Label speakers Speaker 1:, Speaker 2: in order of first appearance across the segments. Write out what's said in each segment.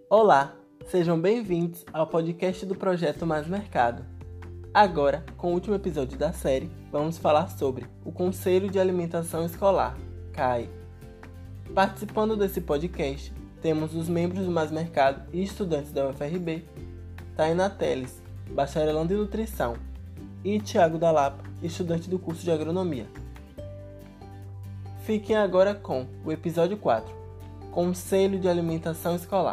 Speaker 1: Olá, sejam bem-vindos ao podcast do Projeto Mais Mercado. Agora, com o último episódio da série, vamos falar sobre o Conselho de Alimentação Escolar, CAE. Participando desse podcast, temos os membros do Mais Mercado e estudantes da UFRB, Tainá Teles, bacharelando em Nutrição, e Thiago da Lapa, estudante do curso de Agronomia. Fiquem agora com o episódio 4, Conselho de Alimentação Escolar.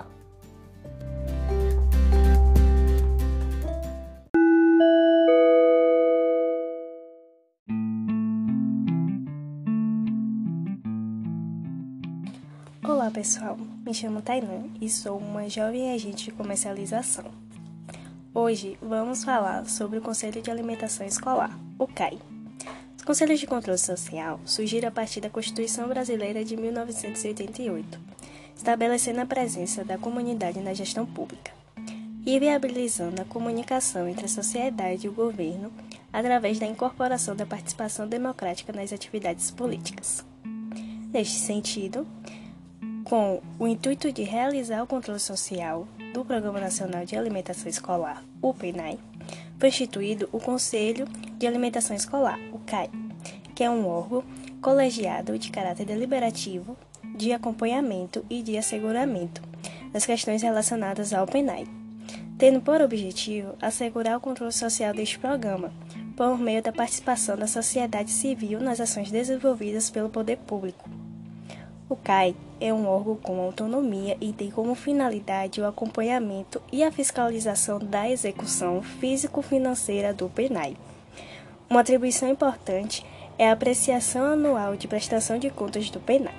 Speaker 2: Olá pessoal, me chamo Tainá e sou uma jovem agente de comercialização. Hoje vamos falar sobre o Conselho de Alimentação Escolar, o CAE. Os Conselhos de Controle Social surgiram a partir da Constituição Brasileira de 1988, estabelecendo a presença da comunidade na gestão pública e viabilizando a comunicação entre a sociedade e o governo através da incorporação da participação democrática nas atividades políticas. Neste sentido, com o intuito de realizar o controle social do Programa Nacional de Alimentação Escolar, o PNAE, foi instituído o Conselho de Alimentação Escolar, o CAE, que é um órgão colegiado de caráter deliberativo, de acompanhamento e de asseguramento das questões relacionadas ao PNAE, tendo por objetivo assegurar o controle social deste programa, por meio da participação da sociedade civil nas ações desenvolvidas pelo poder público. O CAE é um órgão com autonomia e tem como finalidade o acompanhamento e a fiscalização da execução físico-financeira do PNAE. Uma atribuição importante é a apreciação anual de prestação de contas do PNAE.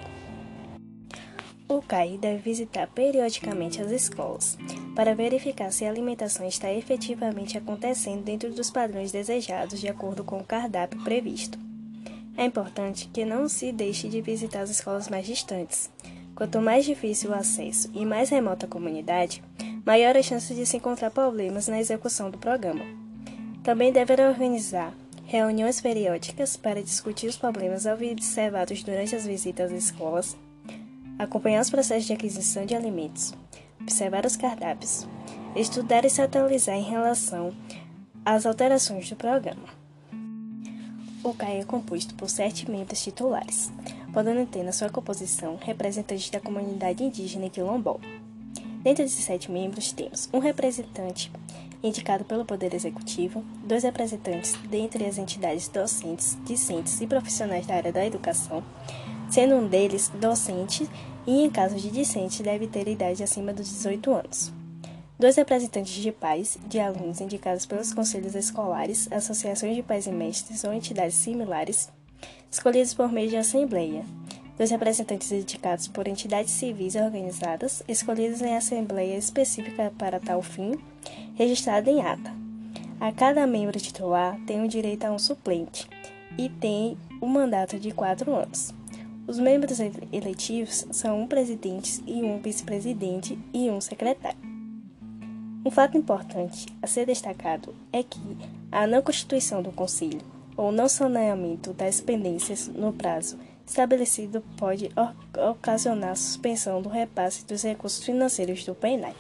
Speaker 2: O CAE deve visitar periodicamente as escolas para verificar se a alimentação está efetivamente acontecendo dentro dos padrões desejados de acordo com o cardápio previsto. É importante que não se deixe de visitar as escolas mais distantes. Quanto mais difícil o acesso e mais remota a comunidade, maior a chance de se encontrar problemas na execução do programa. Também deverá organizar reuniões periódicas para discutir os problemas observados durante as visitas às escolas, acompanhar os processos de aquisição de alimentos, observar os cardápios, estudar e se atualizar em relação às alterações do programa. O CAE é composto por 7 membros titulares, podendo ter na sua composição representantes da comunidade indígena e quilombola. Dentro desses 7 membros, temos um representante indicado pelo Poder Executivo, 2 representantes dentre as entidades docentes, discentes e profissionais da área da educação, sendo um deles docente e, em caso de discente, deve ter idade acima dos 18 anos. 2 representantes de pais, de alunos indicados pelos conselhos escolares, associações de pais e mestres ou entidades similares, escolhidos por meio de assembleia. 2 representantes indicados por entidades civis organizadas, escolhidos em assembleia específica para tal fim, registrado em ata. A cada membro titular tem o direito a um suplente e tem um mandato de 4 anos. Os membros eletivos são um presidente e um vice-presidente e um secretário. Um fato importante a ser destacado é que a não constituição do Conselho ou não saneamento das pendências no prazo estabelecido pode ocasionar a suspensão do repasse dos recursos financeiros do PNAE.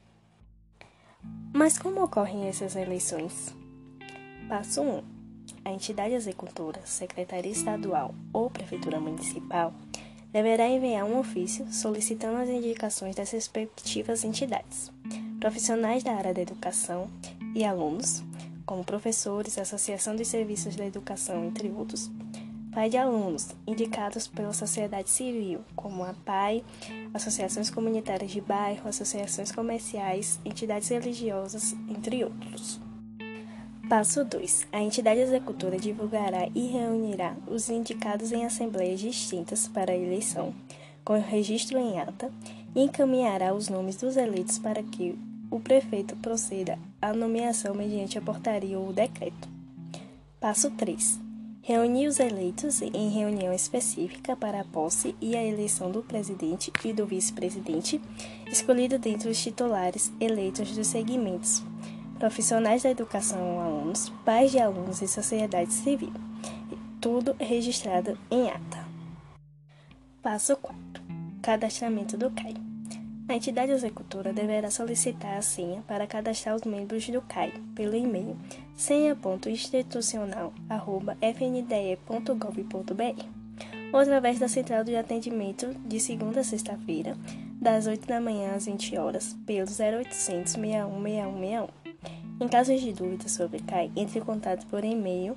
Speaker 2: Mas como ocorrem essas eleições? Passo 1. A entidade executora, Secretaria Estadual ou Prefeitura Municipal deverá enviar um ofício solicitando as indicações das respectivas entidades, profissionais da área da educação e alunos, como professores, Associação dos Serviços da Educação, entre outros, pai de alunos, indicados pela sociedade civil, como a PAI, associações comunitárias de bairro, associações comerciais, entidades religiosas, entre outros. Passo 2. A entidade executora divulgará e reunirá os indicados em assembleias distintas para a eleição, com registro em ata, e encaminhará os nomes dos eleitos para que o prefeito proceda à nomeação mediante a portaria ou o decreto. Passo 3. Reunir os eleitos em reunião específica para a posse e a eleição do presidente e do vice-presidente, escolhido dentre os titulares eleitos dos segmentos, profissionais da educação ou alunos, pais de alunos e sociedade civil. Tudo registrado em ata. Passo 4. Cadastramento do CAE. A entidade executora deverá solicitar a senha para cadastrar os membros do CAI pelo e-mail senha.institucional@fnde.gov.br ou através da central de atendimento de segunda a sexta-feira, das 8 da manhã às 20 horas, pelo 0800 61 6161. Em casos de dúvidas sobre CAI, entre em contato por e-mail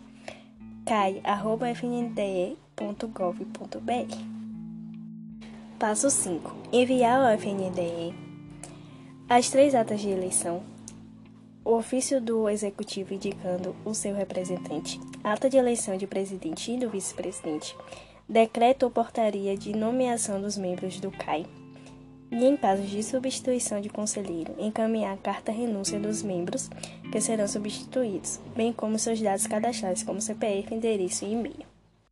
Speaker 2: cai@fnde.gov.br. Passo 5. Enviar ao FNDE as 3 atas de eleição, o ofício do executivo indicando o seu representante, ata de eleição de presidente e do vice-presidente, decreto ou portaria de nomeação dos membros do CAI, e, em casos de substituição de conselheiro, encaminhar a carta-renúncia dos membros que serão substituídos, bem como seus dados cadastrais como CPF, endereço e e-mail.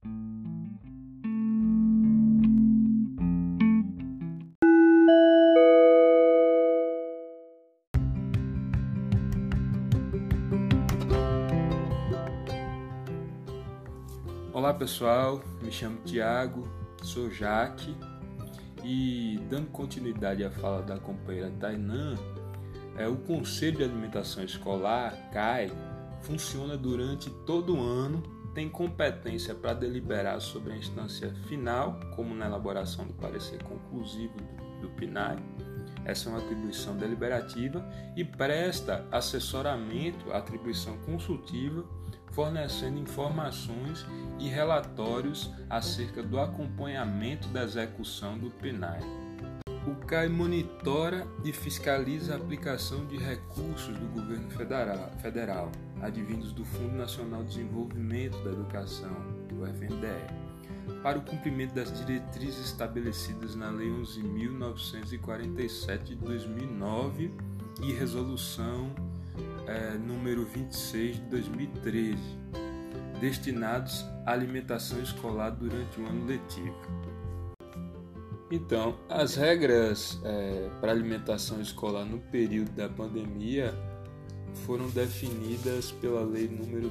Speaker 3: Olá pessoal, me chamo Tiago, sou Jaque e dando continuidade à fala da companheira Tainã, o Conselho de Alimentação Escolar, CAE, funciona durante todo o ano, tem competência para deliberar sobre a instância final, como na elaboração do parecer conclusivo do PNAE. Essa é uma atribuição deliberativa e presta assessoramento, atribuição consultiva, fornecendo informações e relatórios acerca do acompanhamento da execução do PNAE. O CAI monitora e fiscaliza a aplicação de recursos do governo federal, advindos do Fundo Nacional de Desenvolvimento da Educação, do FNDE, para o cumprimento das diretrizes estabelecidas na Lei 11.947 de 2009 e Resolução número 26 de 2013, destinados à alimentação escolar durante o ano letivo. Então, as regras para alimentação escolar no período da pandemia foram definidas pela Lei número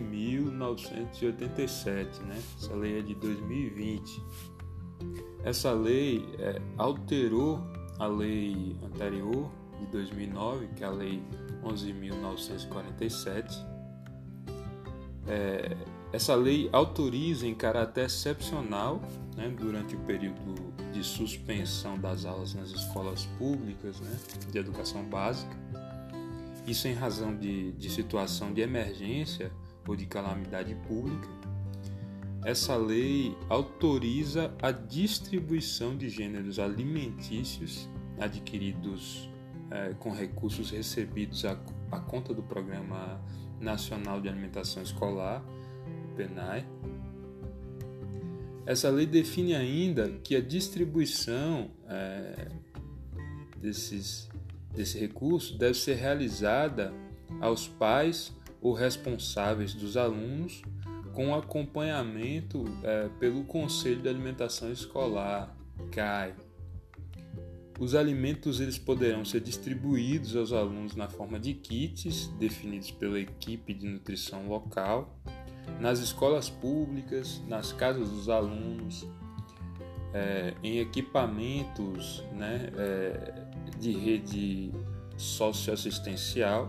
Speaker 3: 13.987, né? Essa lei é de 2020. Essa lei alterou a lei anterior, de 2009, que é a Lei 11.947. Essa lei autoriza em caráter excepcional, né, durante o período de suspensão das aulas nas escolas públicas, né, de educação básica, isso em razão de situação de emergência ou de calamidade pública. Essa lei autoriza a distribuição de gêneros alimentícios adquiridos com recursos recebidos à conta do Programa Nacional de Alimentação Escolar, PNAE. Essa lei define ainda que a distribuição desse recurso deve ser realizada aos pais ou responsáveis dos alunos com acompanhamento pelo Conselho de Alimentação Escolar, CAI. Os alimentos eles poderão ser distribuídos aos alunos na forma de kits definidos pela equipe de nutrição local, nas escolas públicas, nas casas dos alunos, em equipamentos, né, de rede socioassistencial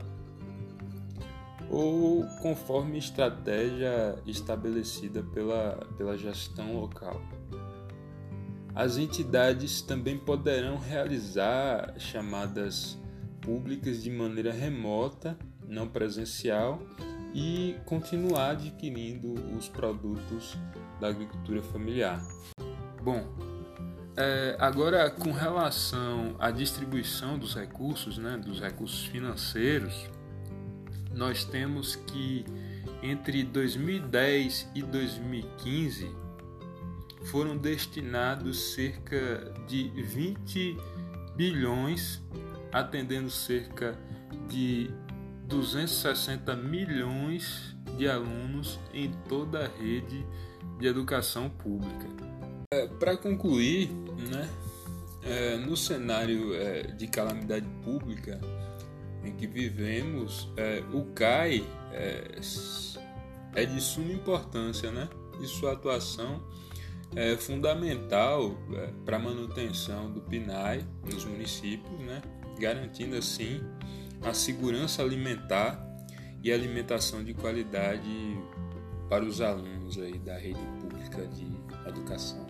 Speaker 3: ou conforme estratégia estabelecida pela gestão local. As entidades também poderão realizar chamadas públicas de maneira remota, não presencial, e continuar adquirindo os produtos da agricultura familiar. Bom, agora com relação à distribuição dos recursos, né, dos recursos financeiros, nós temos que entre 2010 e 2015 foram destinados cerca de 20 bilhões, atendendo cerca de 260 milhões de alunos em toda a rede de educação pública. Para concluir, né, no cenário de calamidade pública em que vivemos, o CAI é de suma importância, né, e sua atuação é fundamental para a manutenção do PNAE nos municípios, né? Garantindo assim a segurança alimentar e alimentação de qualidade para os alunos aí da rede pública de educação.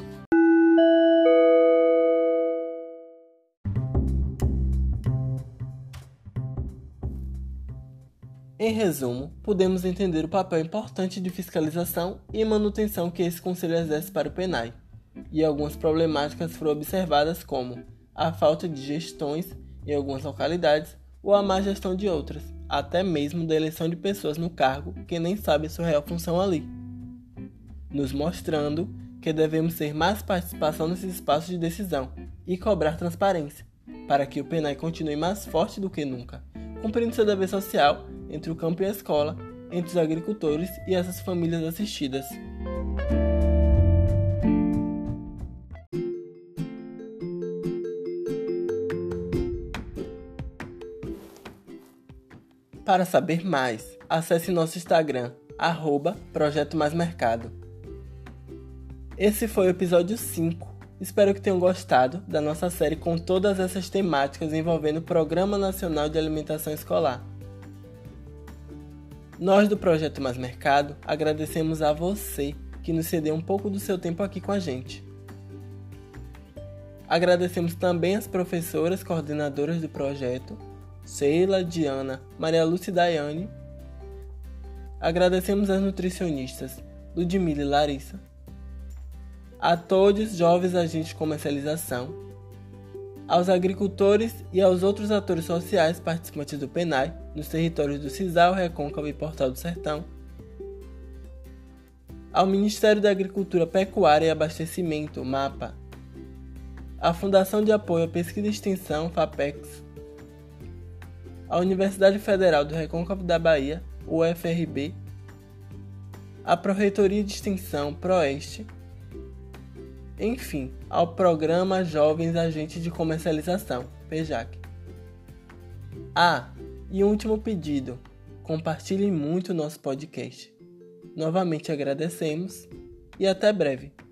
Speaker 1: Em resumo, podemos entender o papel importante de fiscalização e manutenção que esse conselho exerce para o PNAE, e algumas problemáticas foram observadas como a falta de gestões em algumas localidades ou a má gestão de outras, até mesmo da eleição de pessoas no cargo que nem sabem sua real função ali, nos mostrando que devemos ter mais participação nesses espaços de decisão e cobrar transparência, para que o PNAE continue mais forte do que nunca, cumprindo seu dever social entre o campo e a escola, entre os agricultores e essas famílias assistidas. Para saber mais, acesse nosso Instagram, @ProjetoMaisMercado. Esse foi o episódio 5. Espero que tenham gostado da nossa série com todas essas temáticas envolvendo o Programa Nacional de Alimentação Escolar. Nós do Projeto Mais Mercado agradecemos a você que nos cedeu um pouco do seu tempo aqui com a gente. Agradecemos também as professoras coordenadoras do projeto, Sheila, Diana, Maria Lúcia e Daiane. Agradecemos as nutricionistas, Ludmila e Larissa. A todos os jovens agentes de comercialização, aos agricultores e aos outros atores sociais participantes do PNAE nos territórios do Cisal, Recôncavo e Portal do Sertão, ao Ministério da Agricultura, Pecuária e Abastecimento, MAPA, à Fundação de Apoio à Pesquisa e Extensão, FAPEX, à Universidade Federal do Recôncavo da Bahia, UFRB, à Pró-Reitoria de Extensão, PROESTE, enfim, ao Programa Jovens Agentes de Comercialização, PJAC. E um último pedido, compartilhem muito o nosso podcast. Novamente agradecemos e até breve.